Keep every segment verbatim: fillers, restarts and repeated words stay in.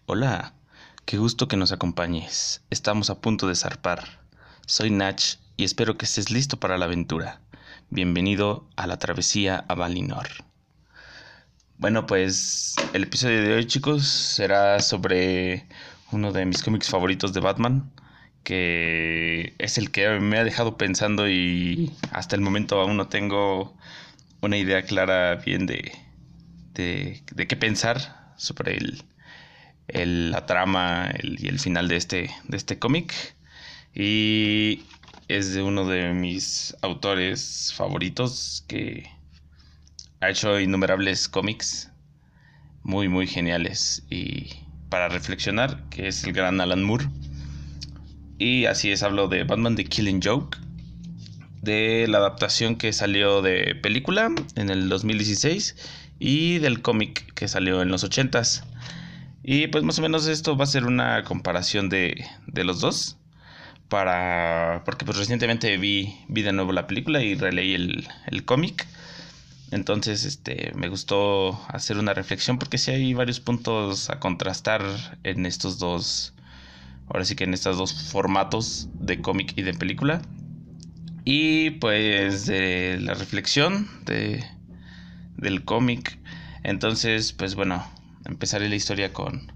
Hola, qué gusto que nos acompañes. Estamos a punto de zarpar. Soy Nach y espero que estés listo para la aventura. Bienvenido a la travesía a Valinor. Bueno, pues el episodio de hoy, chicos, será sobre uno de mis cómics favoritos de Batman, que es el que me ha dejado pensando y hasta el momento aún no tengo una idea clara bien de, de, de qué pensar sobre el, el, la trama el, y el final de este, de este cómic. Y es de uno de mis autores favoritos que ha hecho innumerables cómics muy muy geniales y para reflexionar, que es el gran Alan Moore. Y así es, hablo de Batman The Killing Joke, de la adaptación que salió de película en el dos mil dieciséis y del cómic que salió en los ochentas. Y pues más o menos esto va a ser una comparación de, de los dos. Para. Porque pues recientemente vi, vi de nuevo la película y releí el, el cómic. Entonces, este, me gustó hacer una reflexión porque sí hay varios puntos a contrastar en estos dos. Ahora sí que en estos dos formatos de cómic y de película. Y pues de la reflexión de, del cómic. Entonces, pues bueno, empezaré la historia con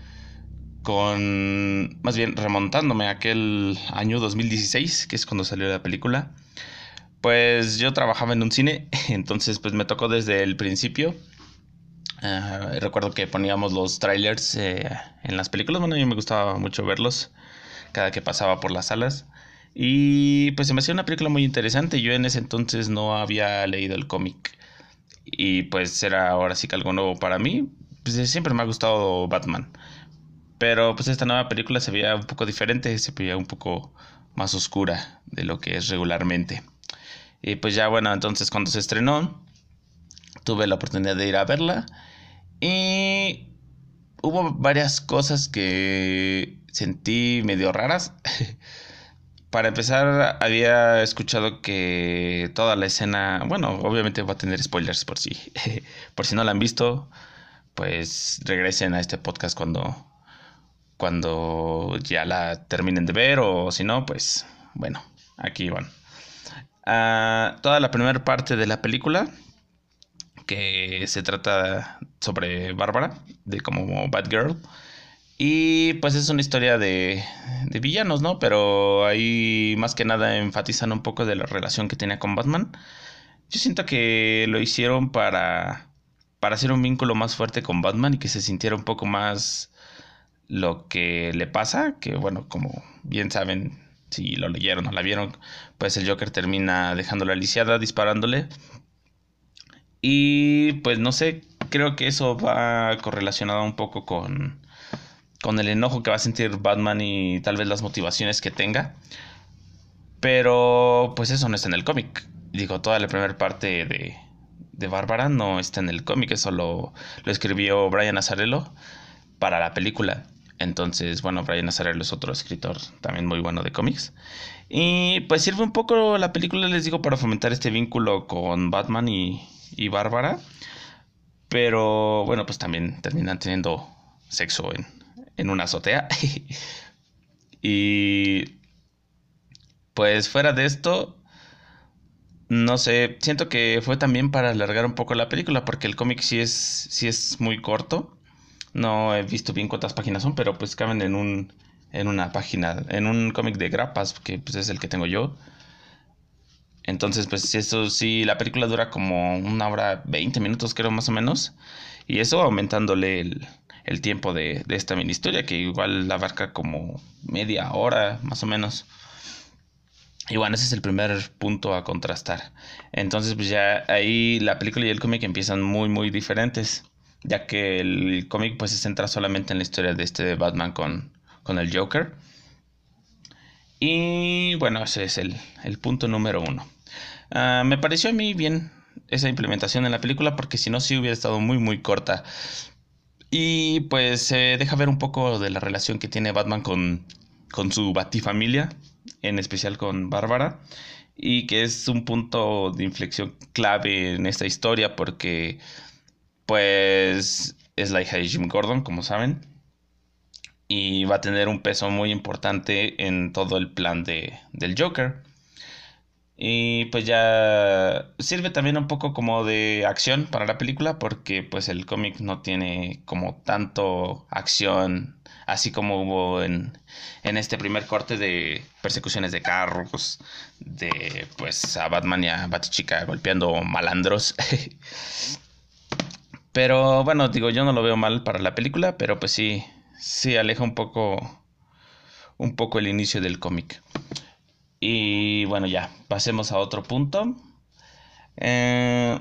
con, más bien remontándome a aquel año dos mil dieciséis, que es cuando salió la película. Pues yo trabajaba en un cine, entonces pues me tocó desde el principio. Uh, recuerdo que poníamos los trailers eh, en las películas. Bueno, a mí me gustaba mucho verlos cada que pasaba por las salas. Y pues se me hacía una película muy interesante. Yo en ese entonces no había leído el cómic. Y pues era ahora sí que algo nuevo para mí. Pues siempre me ha gustado Batman. Pero pues esta nueva película se veía un poco diferente, se veía un poco más oscura de lo que es regularmente. Y pues ya bueno, entonces cuando se estrenó, tuve la oportunidad de ir a verla. Y hubo varias cosas que sentí medio raras. Para empezar, había escuchado que toda la escena, bueno, obviamente va a tener spoilers por si, por si no la han visto, pues regresen a este podcast cuando cuando ya la terminen de ver, o si no, pues bueno, aquí van. Uh, toda la primera parte de la película, que se trata sobre Bárbara, de como Batgirl. Y pues es una historia de, de villanos, ¿no? Pero ahí más que nada enfatizan un poco de la relación que tenía con Batman. Yo siento que lo hicieron para, para hacer un vínculo más fuerte con Batman y que se sintiera un poco más lo que le pasa, que bueno, como bien saben, si lo leyeron o la vieron, pues el Joker termina dejándola lisiada, disparándole. Y pues no sé, creo que eso va correlacionado un poco con, con el enojo que va a sentir Batman y tal vez las motivaciones que tenga. Pero pues eso no está en el cómic. Digo, toda la primera parte de, de Bárbara no está en el cómic, eso lo, lo escribió Brian Azzarello para la película. Entonces, bueno, Brian Azzarello es otro escritor también muy bueno de cómics. Y pues sirve un poco la película, les digo, para fomentar este vínculo con Batman y, y Bárbara. Pero bueno, pues también terminan teniendo sexo en, en una azotea. Y pues fuera de esto, no sé, siento que fue también para alargar un poco la película, porque el cómic sí es, sí es muy corto. No he visto bien cuántas páginas son, pero pues caben en un en una página, en un cómic de grapas, que pues es el que tengo yo. Entonces, pues eso sí, la película dura como una hora veinte minutos, creo, más o menos. Y eso aumentándole el, el tiempo de, de esta mini historia, que igual abarca como media hora, más o menos. Y bueno, ese es el primer punto a contrastar. Entonces, pues ya ahí la película y el cómic empiezan muy, muy diferentes, ya que el cómic pues se centra solamente en la historia de este Batman con, con el Joker. Y bueno, ese es el, el punto número uno. Uh, me pareció a mí bien esa implementación en la película, porque si no, sí hubiera estado muy, muy corta. Y pues se eh, deja ver un poco de la relación que tiene Batman con, con su Batifamilia, en especial con Bárbara, y que es un punto de inflexión clave en esta historia, porque pues es la hija de Jim Gordon, como saben. y va a tener un peso muy importante en todo el plan de, del Joker. Y pues ya sirve también un poco como de acción para la película porque pues el cómic no tiene como tanto acción así como hubo en, en este primer corte de persecuciones de carros, de pues a Batman y a Batichica golpeando malandros. Pero bueno, digo, yo no lo veo mal para la película, pero pues sí, sí aleja un poco, un poco el inicio del cómic. Y bueno, ya, pasemos a otro punto. Eh,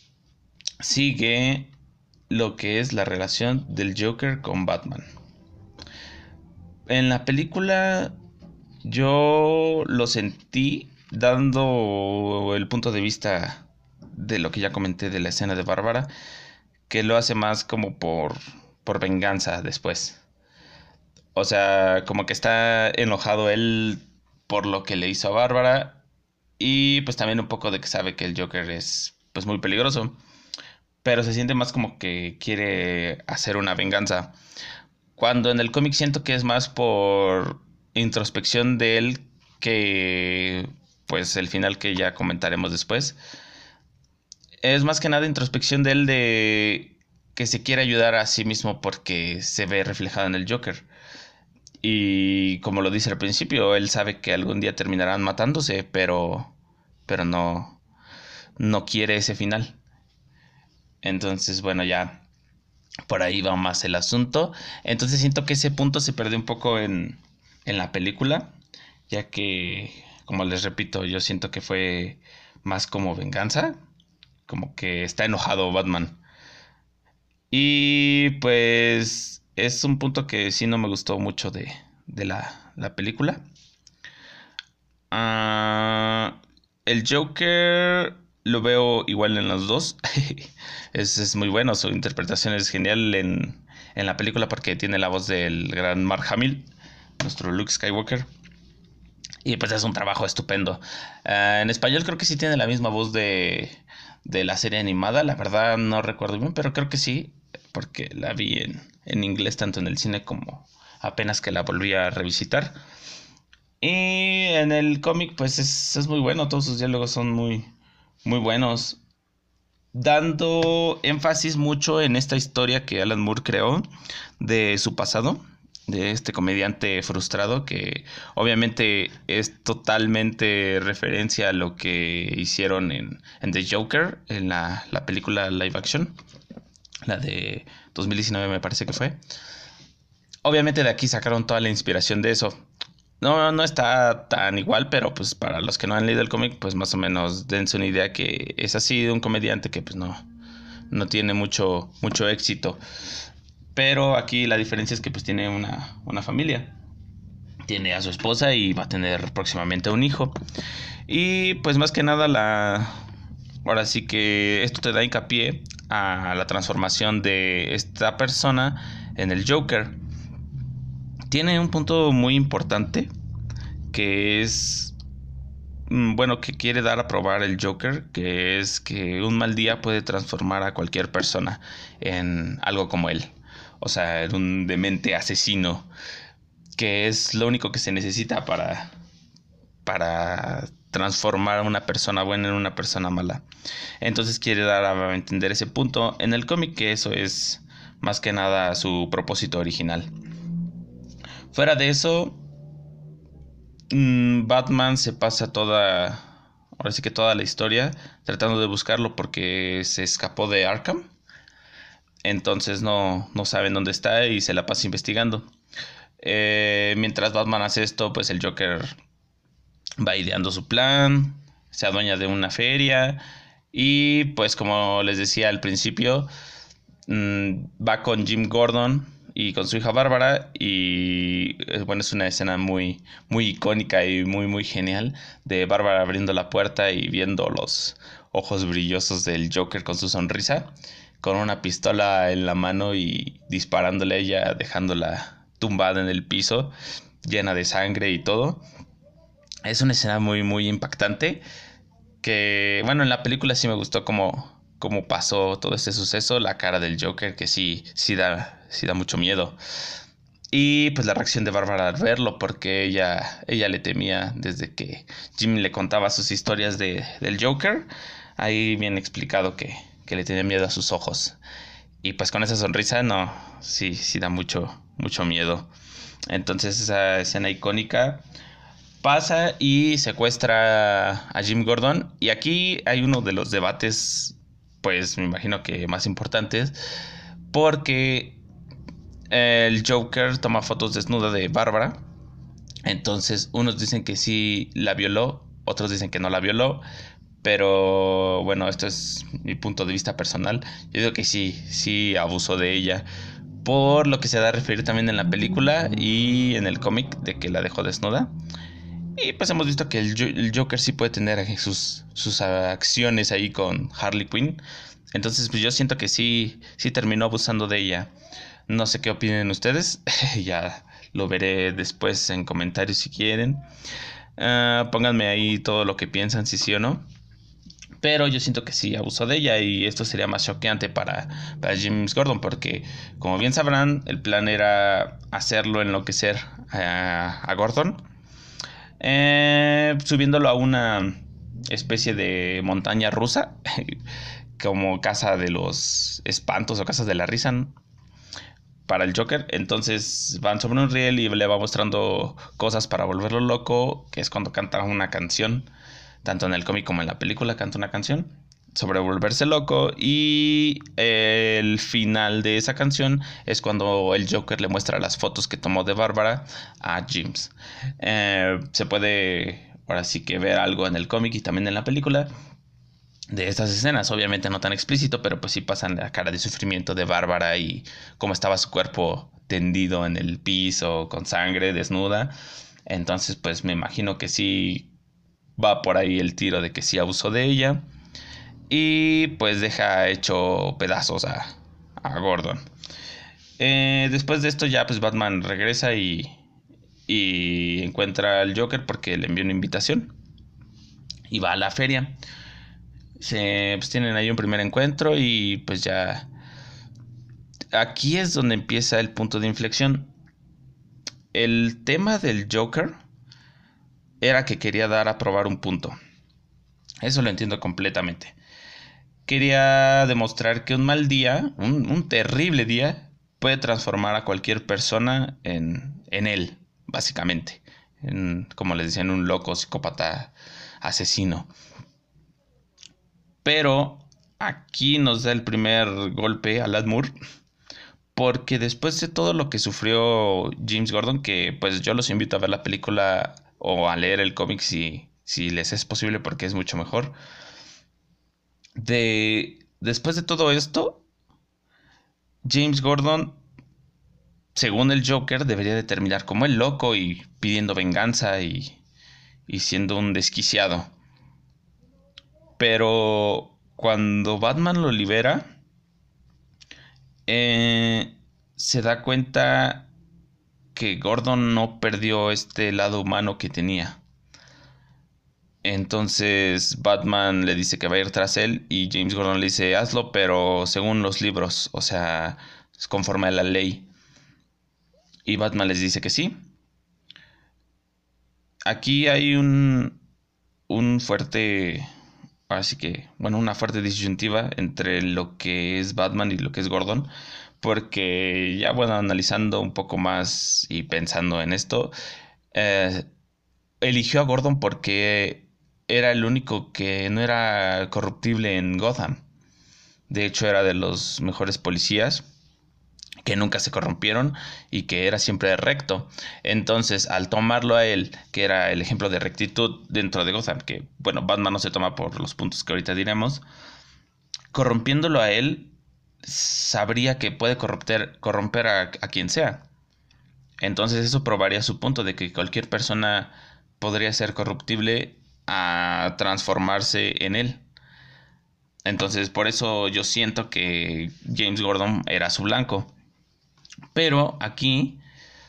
sigue lo que es la relación del Joker con Batman. En la película yo lo sentí dando el punto de vista de lo que ya comenté de la escena de Bárbara, que lo hace más como por, por venganza después. O sea, como que está enojado él por lo que le hizo a Bárbara y pues también un poco de que sabe que el Joker es pues muy peligroso, pero se siente más como que quiere hacer una venganza. Cuando en el cómic siento que es más por introspección de él que pues el final que ya comentaremos después. Es más que nada introspección de él de que se quiere ayudar a sí mismo porque se ve reflejado en el Joker. Y como lo dice al principio, él sabe que algún día terminarán matándose, pero, pero no, no quiere ese final. Entonces, bueno, ya por ahí va más el asunto. Entonces siento que ese punto se perdió un poco en, en la película, ya que, como les repito, yo siento que fue más como venganza, como que está enojado Batman. Y pues es un punto que sí no me gustó mucho de, de la, la película. Ah, el Joker lo veo igual en los dos. es, es muy bueno, su interpretación es genial en, en la película porque tiene la voz del gran Mark Hamill, nuestro Luke Skywalker. Y pues es un trabajo estupendo. Uh, en español creo que sí tiene la misma voz de, de la serie animada. La verdad no recuerdo bien, pero creo que sí. Porque la vi en, en inglés tanto en el cine como apenas que la volví a revisitar. Y en el cómic pues es, es muy bueno. Todos sus diálogos son muy, muy buenos. Dando énfasis mucho en esta historia que Alan Moore creó de su pasado, de este comediante frustrado que obviamente es totalmente referencia a lo que hicieron en, en The Joker, en la, la película live action, la de dos mil diecinueve me parece que fue. Obviamente de aquí sacaron toda la inspiración de eso. No, no está tan igual, pero pues para los que no han leído el cómic, pues más o menos dense una idea que es así de un comediante que pues no, no tiene mucho, mucho éxito. Pero aquí la diferencia es que pues tiene una, una familia. Tiene a su esposa y va a tener próximamente un hijo. Y pues más que nada la... Ahora sí que esto te da hincapié a la transformación de esta persona en el Joker. Tiene un punto muy importante que es... Bueno, que quiere dar a probar el Joker, que es que un mal día puede transformar a cualquier persona en algo como él. O sea, en un demente asesino, que es lo único que se necesita para, para transformar a una persona buena en una persona mala. Entonces quiere dar a entender ese punto en el cómic, que eso es más que nada su propósito original. Fuera de eso, Batman se pasa toda, ahora sí que toda la historia tratando de buscarlo porque se escapó de Arkham. Entonces no, no saben dónde está y se la pasa investigando. Eh, mientras Batman hace esto, pues el Joker va ideando su plan, se adueña de una feria y pues como les decía al principio, mmm, va con Jim Gordon y con su hija Bárbara y bueno, es una escena muy, muy icónica y muy muy genial de Bárbara abriendo la puerta y viendo los ojos brillosos del Joker con su sonrisa, con una pistola en la mano y disparándole a ella, dejándola tumbada en el piso, llena de sangre y todo. Es una escena muy muy impactante que, bueno, en la película sí me gustó cómo, cómo pasó todo este suceso, la cara del Joker que sí, sí da, sí da mucho miedo. Y pues la reacción de Bárbara al verlo, porque ella, ella le temía desde que Jim le contaba sus historias de, del Joker. Ahí bien explicado que, que le tenía miedo a sus ojos. Y pues con esa sonrisa, no, sí, sí da mucho, mucho miedo. Entonces esa escena icónica pasa y secuestra a Jim Gordon. Y aquí hay uno de los debates, pues me imagino que más importantes, porque el Joker toma fotos desnuda de Bárbara. Entonces unos dicen que sí la violó, otros dicen que no la violó. Pero bueno, esto es mi punto de vista personal. Yo digo que sí, sí abusó de ella. Por lo que se da a referir también en la película y en el cómic de que la dejó desnuda. Y pues hemos visto que el, el Joker sí puede tener sus, sus acciones ahí con Harley Quinn. Entonces pues yo siento que sí, sí terminó abusando de ella. No sé qué opinen ustedes. Ya lo veré después en comentarios si quieren. Uh, pónganme ahí todo lo que piensan, si sí o no. Pero yo siento que sí abusó de ella y esto sería más choqueante para, para James Gordon porque, como bien sabrán, el plan era hacerlo enloquecer a, a Gordon, eh, subiéndolo a una especie de montaña rusa, como casa de los espantos o casa de la risa, ¿no?, para el Joker. Entonces van sobre un riel y le va mostrando cosas para volverlo loco, que es cuando canta una canción. Tanto en el cómic como en la película canta una canción sobre volverse loco. Y el final de esa canción es cuando el Joker le muestra las fotos que tomó de Bárbara a James. Eh, se puede ahora sí que ver algo en el cómic y también en la película de estas escenas. Obviamente no tan explícito, pero pues sí pasan la cara de sufrimiento de Bárbara y cómo estaba su cuerpo tendido en el piso con sangre, desnuda. Entonces pues me imagino que sí va por ahí el tiro de que sí abusó de ella. Y pues deja hecho pedazos a, a Gordon. Eh, después de esto ya pues Batman regresa y, y encuentra al Joker porque le envió una invitación. Y va a la feria. Se, pues tienen ahí un primer encuentro y pues ya... Aquí es donde empieza el punto de inflexión. El tema del Joker era que quería dar a probar un punto. Eso lo entiendo completamente. Quería demostrar que un mal día, un, un terrible día, puede transformar a cualquier persona en, en él, básicamente. En, como les decía, en un loco, psicópata, asesino. Pero aquí nos da el primer golpe a Alan Moore, porque después de todo lo que sufrió James Gordon, que pues yo los invito a ver la película o a leer el cómic si, si les es posible, porque es mucho mejor. De, después de todo esto, James Gordon, según el Joker, debería de terminar como el loco y pidiendo venganza y, y siendo un desquiciado. Pero cuando Batman lo libera, eh, se da cuenta que Gordon no perdió este lado humano que tenía. Entonces Batman le dice que va a ir tras él y James Gordon le dice hazlo, pero según los libros, o sea, conforme a la ley. Y Batman les dice que sí. Aquí hay un, un fuerte, así que, bueno, una fuerte disyuntiva entre lo que es Batman y lo que es Gordon. Porque ya, bueno, analizando un poco más y pensando en esto, eh, eligió a Gordon porque era el único que no era corruptible en Gotham. De hecho, era de los mejores policías que nunca se corrompieron y que era siempre recto. Entonces, al tomarlo a él, que era el ejemplo de rectitud dentro de Gotham, que, bueno, Batman no se toma por los puntos que ahorita diremos, corrompiéndolo a él, sabría que puede corromper, corromper a, a quien sea. Entonces eso probaría su punto de que cualquier persona podría ser corruptible a transformarse en él. Entonces por eso yo siento que James Gordon era su blanco. Pero aquí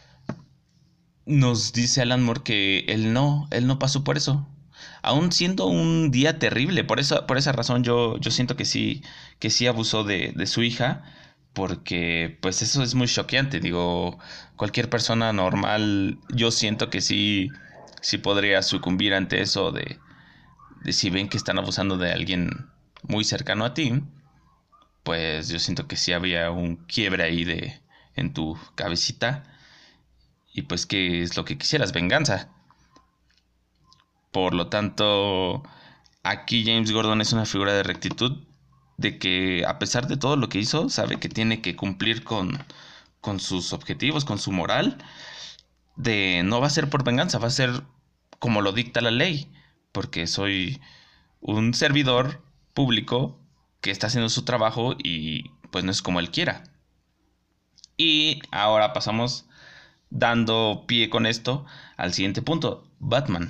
nos dice Alan Moore que él no, él no pasó por eso. Aún siendo un día terrible, por esa, por esa razón yo, yo siento que sí, que sí abusó de, de su hija. porque pues eso es muy choqueante. Digo, cualquier persona normal, yo siento que sí, sí podría sucumbir ante eso de, de si ven que están abusando de alguien muy cercano a ti, pues yo siento que sí había un quiebre ahí de en tu cabecita y pues que es lo que quisieras, venganza. Por lo tanto, aquí James Gordon es una figura de rectitud, de que a pesar de todo lo que hizo, sabe que tiene que cumplir con, con sus objetivos, con su moral, de no va a ser por venganza, va a ser como lo dicta la ley, porque soy un servidor público que está haciendo su trabajo y pues no es como él quiera. Y ahora pasamos dando pie con esto al siguiente punto, Batman.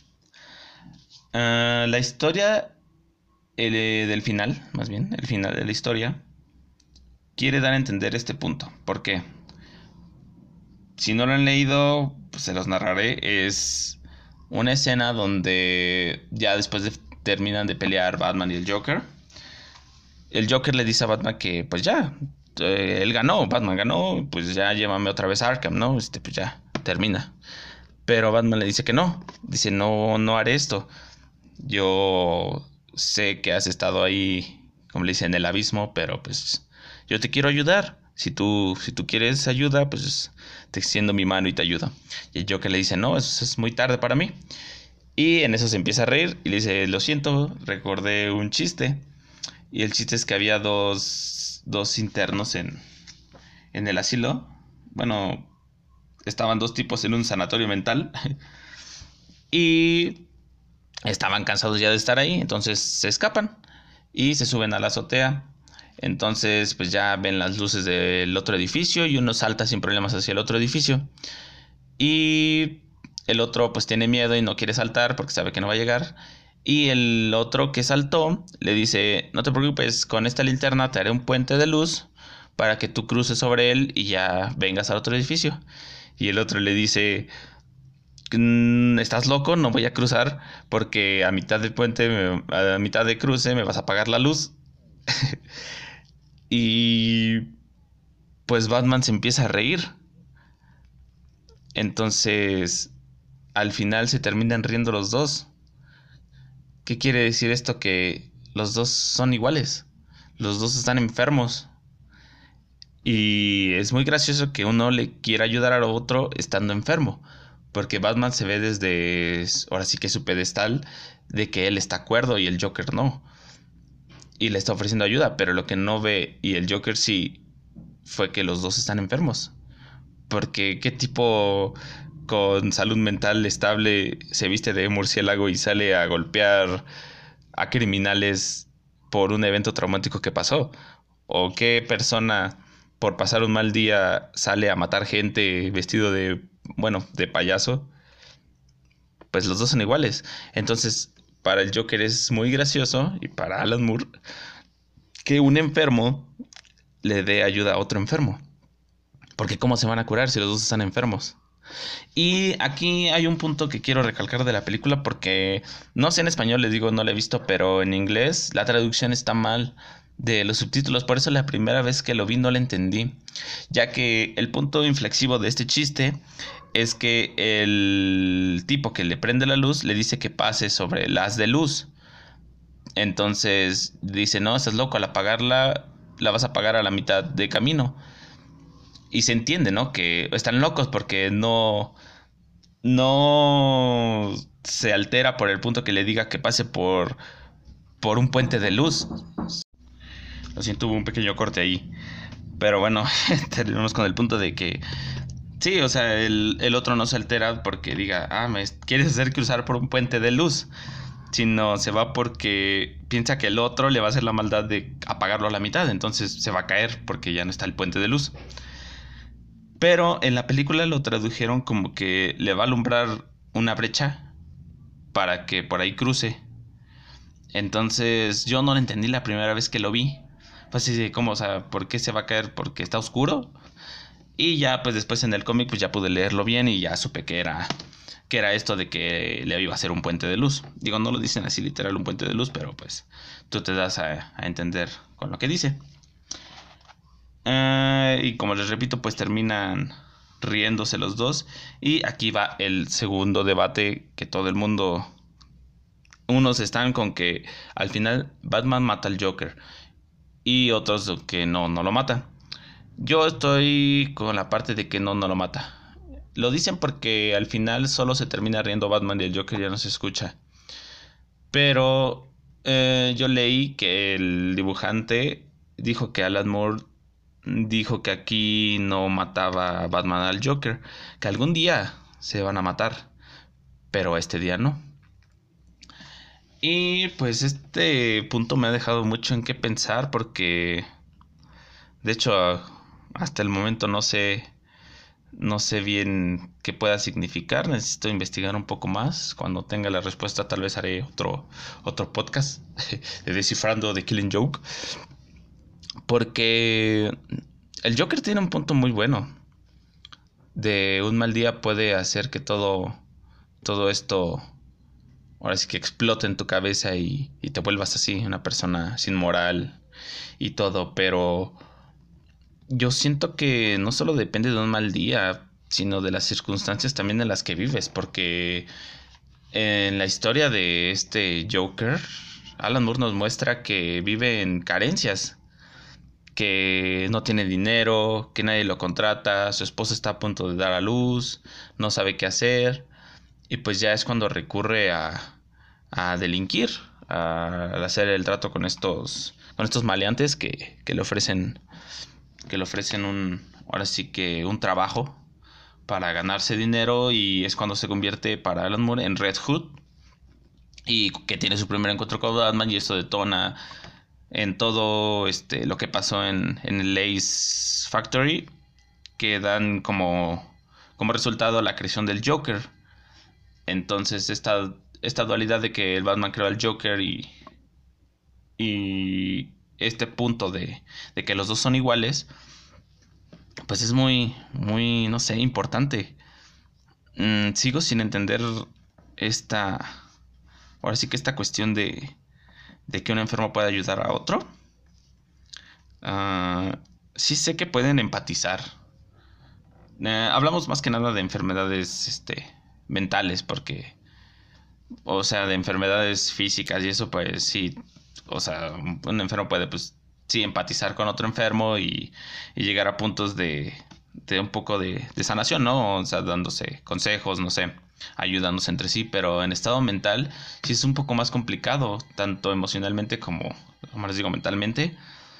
Uh, la historia el, eh, del final, más bien, el final de la historia, quiere dar a entender este punto. ¿Por qué? Si no lo han leído, pues se los narraré. Es una escena donde ya después de, terminan de pelear Batman y el Joker. El Joker le dice a Batman que pues ya, eh, él ganó, Batman ganó, pues ya llévame otra vez a Arkham, ¿no? Este, pues ya, termina. Pero Batman le dice que no, dice no, no haré esto. Yo sé que has estado ahí, como le dicen, en el abismo, pero pues yo te quiero ayudar. Si tú, si tú quieres ayuda, pues te extiendo mi mano y te ayudo. Y el Joker le dice, no, eso es muy tarde para mí. Y en eso se empieza a reír y le dice, lo siento, recordé un chiste. Y el chiste es que había dos, dos internos en, en el asilo. Bueno, estaban dos tipos en un sanatorio mental. Y estaban cansados ya de estar ahí, entonces se escapan y se suben a la azotea. Entonces pues ya ven las luces del otro edificio y uno salta sin problemas hacia el otro edificio. Y el otro pues tiene miedo y no quiere saltar porque sabe que no va a llegar. Y el otro que saltó le dice, no te preocupes, con esta linterna te haré un puente de luz para que tú cruces sobre él y ya vengas al otro edificio. Y el otro le dice, ¿estás loco? No voy a cruzar porque a mitad de puente, me, a mitad de cruce me vas a apagar la luz. Y pues Batman se empieza a reír. Entonces, al final se terminan riendo los dos. ¿Qué quiere decir esto? Que los dos son iguales. Los dos están enfermos. Y es muy gracioso que uno le quiera ayudar al otro estando enfermo. Porque Batman se ve desde, ahora sí que su pedestal, de que él está cuerdo y el Joker no. Y le está ofreciendo ayuda, pero lo que no ve, y el Joker sí, fue que los dos están enfermos. Porque qué tipo con salud mental estable se viste de murciélago y sale a golpear a criminales por un evento traumático que pasó. O qué persona por pasar un mal día sale a matar gente vestido de, bueno, de payaso. Pues los dos son iguales. Entonces, para el Joker es muy gracioso, y para Alan Moore, que un enfermo le dé ayuda a otro enfermo. Porque ¿cómo se van a curar si los dos están enfermos? Y aquí hay un punto que quiero recalcar de la película, porque no sé en español, les digo, no la he visto, pero en inglés la traducción está mal de los subtítulos. Por eso la primera vez que lo vi no la entendí, ya que el punto inflexivo de este chiste es que el tipo que le prende la luz le dice que pase sobre el haz de luz. Entonces dice, no, estás loco, al apagarla la vas a apagar a la mitad de camino. Y se entiende, ¿no? Que están locos porque no, no se altera por el punto que le diga que pase por, por un puente de luz. Lo siento, hubo un pequeño corte ahí. Pero bueno, terminamos con el punto de que sí, o sea, el, el otro no se altera porque diga, ah, me quieres hacer cruzar por un puente de luz. Sino se va porque piensa que el otro le va a hacer la maldad de apagarlo a la mitad. Entonces se va a caer porque ya no está el puente de luz. Pero en la película lo tradujeron como que le va a alumbrar una brecha para que por ahí cruce. Entonces yo no lo entendí la primera vez que lo vi. Pues así, ¿cómo? O sea, ¿por qué se va a caer? ¿Porque está oscuro? Y ya pues después en el cómic pues ya pude leerlo bien y ya supe que era, que era esto de que le iba a hacer un puente de luz. Digo, no lo dicen así literal un puente de luz, pero pues tú te das a, a entender con lo que dice. Uh, y como les repito, pues terminan riéndose los dos. Y aquí va el segundo debate que todo el mundo... Unos están con que al final Batman mata al Joker y otros que no, no lo mata. Yo estoy con la parte de que no, no lo mata. Lo dicen porque al final solo se termina riendo Batman y el Joker ya no se escucha. Pero eh, yo leí que el dibujante dijo que Alan Moore dijo que aquí no mataba a Batman al Joker, que algún día se van a matar, pero este día no. Y pues este punto me ha dejado mucho en qué pensar porque de hecho hasta el momento no sé no sé bien qué pueda significar, necesito investigar un poco más. Cuando tenga la respuesta tal vez haré otro otro podcast de Descifrando The Killing Joke, porque el Joker tiene un punto muy bueno. De un mal día puede hacer que todo todo esto ahora sí que explote en tu cabeza y, y te vuelvas así, una persona sin moral y todo, pero yo siento que no solo depende de un mal día, sino de las circunstancias también en las que vives, porque en la historia de este Joker, Alan Moore nos muestra que vive en carencias, que no tiene dinero, que nadie lo contrata, su esposa está a punto de dar a luz, no sabe qué hacer, y pues ya es cuando recurre a, a delinquir, a, a hacer el trato con estos, con estos maleantes que, que le ofrecen que le ofrecen un, ahora sí que un trabajo para ganarse dinero, y es cuando se convierte para Alan Moore en Red Hood y que tiene su primer encuentro con Batman, y esto detona en todo este lo que pasó en, en el Ace Factory, que dan como, como resultado la creación del Joker. Entonces esta, esta dualidad de que el Batman creó al Joker y, y este punto de, de que los dos son iguales, pues es muy, muy, no sé, importante. Mm, sigo sin entender esta, ahora sí que esta cuestión de, de que un enfermo puede ayudar a otro. Uh, sí sé que pueden empatizar. Eh, hablamos más que nada de enfermedades, este, mentales, porque, o sea, de enfermedades físicas y eso, pues sí, o sea, un enfermo puede, pues, sí, empatizar con otro enfermo y, y llegar a puntos de, de un poco de, de sanación, ¿no? O sea, dándose consejos, no sé, ayudándose entre sí, pero en estado mental sí es un poco más complicado, tanto emocionalmente como, como les digo, mentalmente.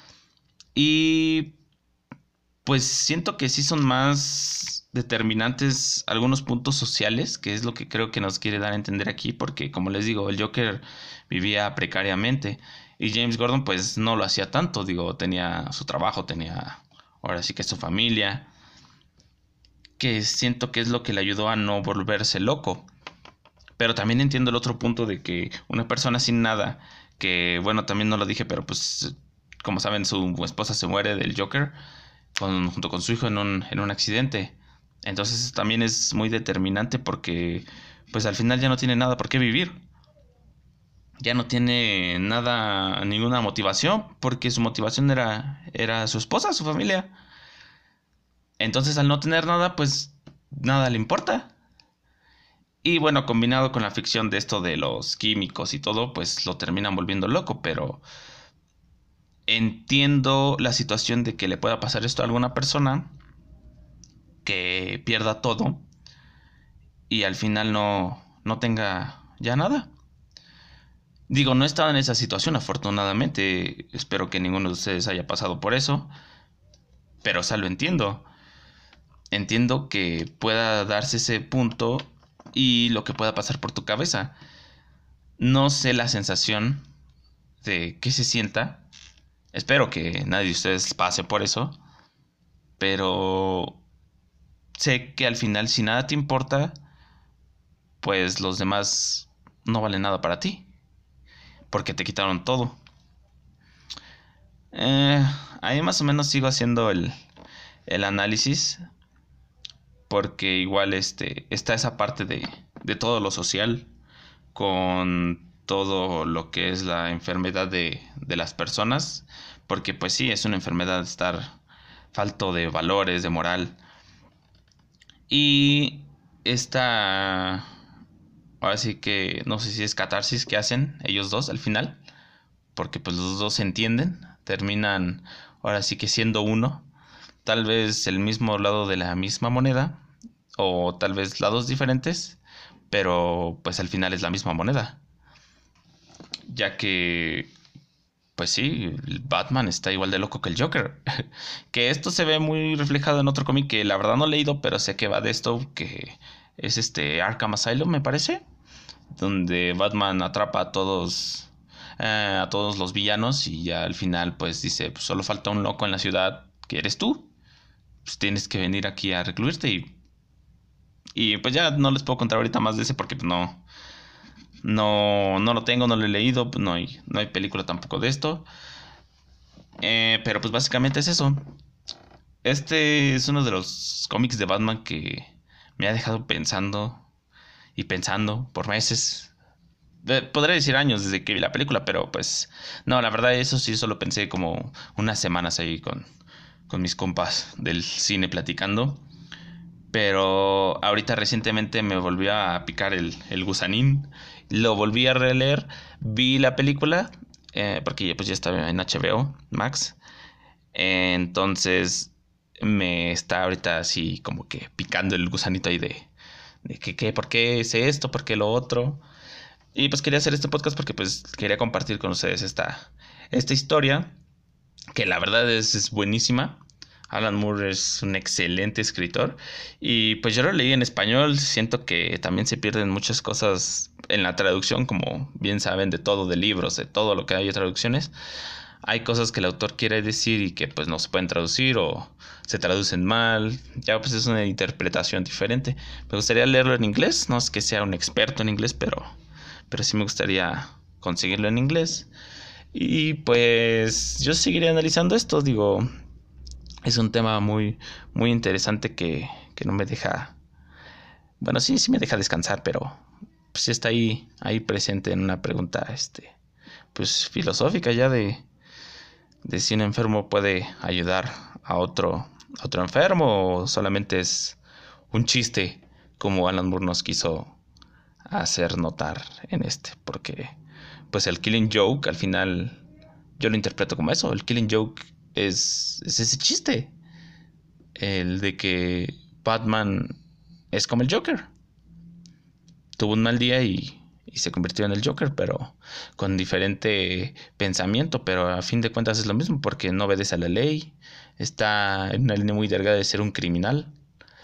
Y pues siento que sí son más determinantes algunos puntos sociales, que es lo que creo que nos quiere dar a entender aquí, porque como les digo, el Joker vivía precariamente y James Gordon pues no lo hacía tanto, digo, tenía su trabajo, tenía ahora sí que su familia, que siento que es lo que le ayudó a no volverse loco. Pero también entiendo el otro punto de que una persona sin nada, que bueno, también no lo dije, pero pues como saben, su esposa se muere del Joker con, junto con su hijo en un, en un accidente. Entonces también es muy determinante porque pues al final ya no tiene nada por qué vivir. Ya no tiene nada, ninguna motivación, porque su motivación era, era su esposa, su familia. Entonces al no tener nada, pues nada le importa. Y bueno, combinado con la ficción de esto de los químicos y todo, pues lo terminan volviendo loco, pero entiendo la situación de que le pueda pasar esto a alguna persona, que pierda todo y al final no, no tenga ya nada. Digo, no he estado en esa situación, afortunadamente, espero que ninguno de ustedes haya pasado por eso, pero o sea, lo entiendo. Entiendo que pueda darse ese punto y lo que pueda pasar por tu cabeza. No sé la sensación de qué se sienta. Espero que nadie de ustedes pase por eso. Pero sé que al final, si nada te importa, pues los demás no valen nada para ti. Porque te quitaron todo. Eh, ahí más o menos sigo haciendo el, el análisis. Porque igual este, está esa parte de, de todo lo social. Con todo lo que es la enfermedad de, de las personas, porque pues sí, es una enfermedad estar falto de valores, de moral. Y esta, ahora sí que no sé si es catarsis que hacen ellos dos al final, porque pues los dos se entienden, terminan ahora sí que siendo uno, tal vez el mismo lado de la misma moneda, o tal vez lados diferentes, pero pues al final es la misma moneda, ya que pues sí, el Batman está igual de loco que el Joker. Que esto se ve muy reflejado en otro cómic que la verdad no he leído, pero sé que va de esto, que es este Arkham Asylum, me parece, donde Batman atrapa a todos eh, a todos los villanos y ya al final pues dice, pues solo falta un loco en la ciudad, que eres tú. Pues tienes que venir aquí a recluirte y y pues ya no les puedo contar ahorita más de ese porque pues no no no lo tengo, no lo he leído, pues no hay no hay película tampoco de esto. Eh, pero pues básicamente es eso. Este es uno de los cómics de Batman que me ha dejado pensando y pensando por meses. De- podría decir años desde que vi la película, pero pues no, la verdad eso sí solo pensé como unas semanas ahí con, con mis compas del cine platicando. Pero ahorita recientemente me volvió a picar el, el gusanín. Lo volví a releer. Vi la película. Eh, porque ya, pues ya estaba en H B O Max. Entonces me está ahorita así como que picando el gusanito ahí de, de que, que, ¿por qué es esto? ¿Por qué lo otro? Y pues quería hacer este podcast porque pues quería compartir con ustedes esta, esta historia, que la verdad es, es buenísima. Alan Moore es un excelente escritor y pues yo lo leí en español, siento que también se pierden muchas cosas en la traducción, como bien saben, de todo, de libros, de todo lo que hay de traducciones. Hay cosas que el autor quiere decir y que pues no se pueden traducir o se traducen mal. Ya pues es una interpretación diferente. Me gustaría leerlo en inglés. No es que sea un experto en inglés, pero, pero sí me gustaría conseguirlo en inglés. Y pues yo seguiré analizando esto. Digo, es un tema muy, muy interesante que, que no me deja... Bueno, sí, sí me deja descansar, pero pues sí está ahí, ahí presente en una pregunta, este, pues filosófica ya de de si un enfermo puede ayudar a otro, a otro enfermo o solamente es un chiste como Alan Moore nos quiso hacer notar en este, porque pues el Killing Joke al final yo lo interpreto como eso, el Killing Joke es, es ese chiste, el de que Batman es como el Joker, tuvo un mal día y, y se convirtió en el Joker, pero con diferente pensamiento, pero a fin de cuentas es lo mismo porque no obedece a la ley, está en una línea muy delgada de ser un criminal,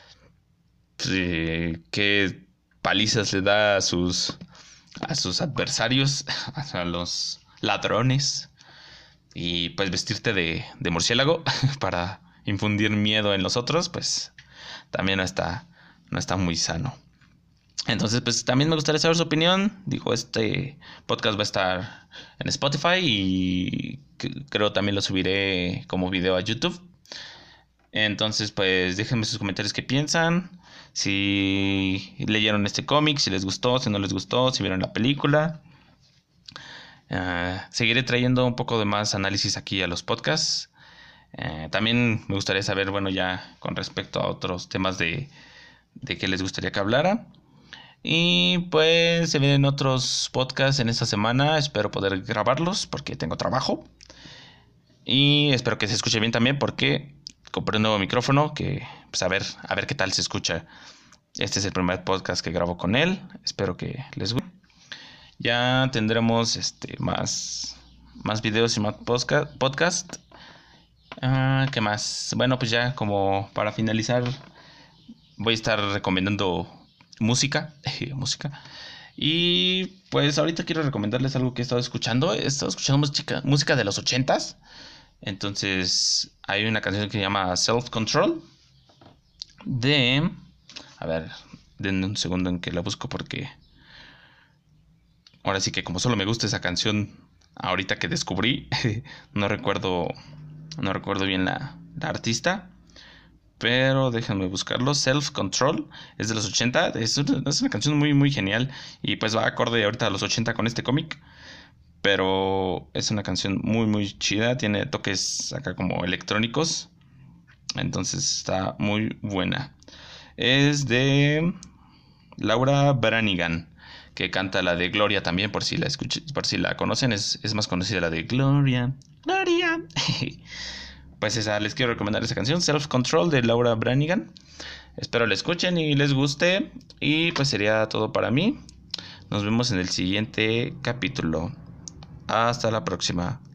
eh, que palizas le da a sus a sus adversarios, a los ladrones, y pues vestirte de, de murciélago para infundir miedo en los otros, pues también no está, no está muy sano. Entonces, pues también me gustaría saber su opinión. Digo, este podcast va a estar en Spotify y creo también lo subiré como video a YouTube. Entonces, pues déjenme sus comentarios qué piensan. Si leyeron este cómic, si les gustó, si no les gustó, si vieron la película. Uh, seguiré trayendo un poco de más análisis aquí a los podcasts. Uh, también me gustaría saber, bueno, ya con respecto a otros temas de, de qué les gustaría que hablara. Y pues se vienen otros podcasts en esta semana. Espero poder grabarlos porque tengo trabajo. Y espero que se escuche bien también porque compré un nuevo micrófono que pues a ver, a ver qué tal se escucha. Este es el primer podcast que grabo con él. Espero que les guste. Ya tendremos este más, más videos y más podcast. podcast. Ah, ¿qué más? Bueno, pues ya como para finalizar voy a estar recomendando música, música. Y pues ahorita quiero recomendarles algo que he estado escuchando. He estado escuchando música, música de los ochentas. Entonces hay una canción que se llama Self Control de... A ver, denme un segundo en que la busco porque... Ahora sí que como solo me gusta esa canción ahorita que descubrí, no recuerdo, no recuerdo bien la, la artista. Pero déjenme buscarlo. Self Control es de los ochenta. Es una, es una canción muy muy genial. Y pues va acorde ahorita a los ochenta con este cómic. Pero es una canción muy muy chida. Tiene toques acá como electrónicos. Entonces está muy buena. Es de Laura Branigan, que canta la de Gloria también, por si la escuch por si la conocen, es, es más conocida la de Gloria. Gloria. Pues esa, les quiero recomendar esa canción, Self Control de Laura Branigan. Espero la escuchen y les guste. Y pues sería todo para mí. Nos vemos en el siguiente capítulo. Hasta la próxima.